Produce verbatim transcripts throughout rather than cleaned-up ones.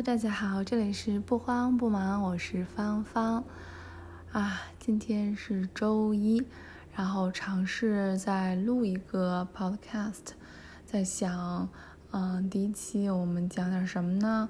大家好，这里是不慌不忙，我是芳芳啊。今天是周一，然后尝试再录一个 podcast， 在想，嗯、呃，第一期我们讲点什么呢？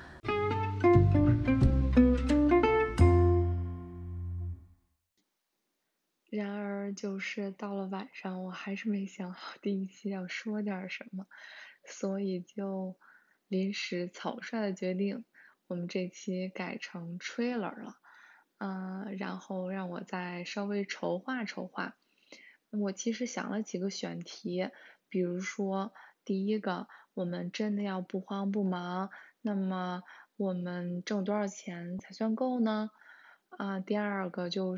然而，就是到了晚上，我还是没想好第一期要说点什么，所以就临时草率的决定，我们这期改成 trailer 了，嗯、呃，然后让我再稍微筹划筹划。我其实想了几个选题，比如说第一个，我们真的要不慌不忙，那么我们挣多少钱才算够呢？啊、第二个就是。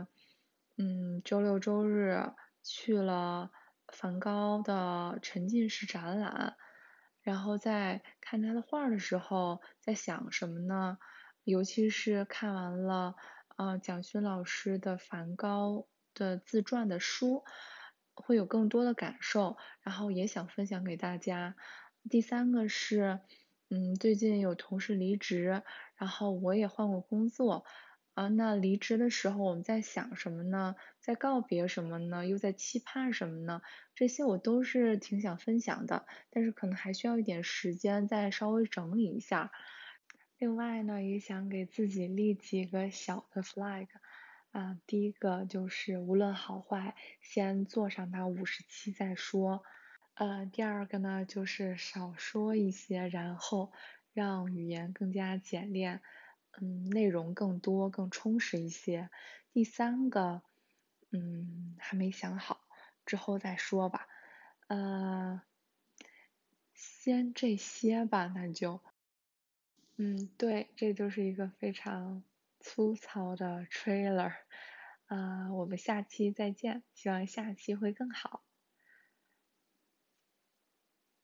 嗯，周六周日去了梵高的沉浸式展览，然后在看他的画的时候，在想什么呢？尤其是看完了呃蒋勋老师的梵高的自传的书，会有更多的感受，然后也想分享给大家。第三个是，嗯，最近有同事离职，然后我也换过工作。啊，那离职的时候我们在想什么呢？在告别什么呢？又在期盼什么呢？这些我都是挺想分享的，但是可能还需要一点时间再稍微整理一下。另外呢，也想给自己立几个小的 flag，啊，第一个就是无论好坏，先做上它五十期再说。呃，第二个呢，就是少说一些，然后让语言更加简练，嗯，内容更多、更充实一些。第三个，嗯，还没想好，之后再说吧。呃，先这些吧，那就，嗯，对，这就是一个非常粗糙的 trailer。啊，我们下期再见，希望下期会更好。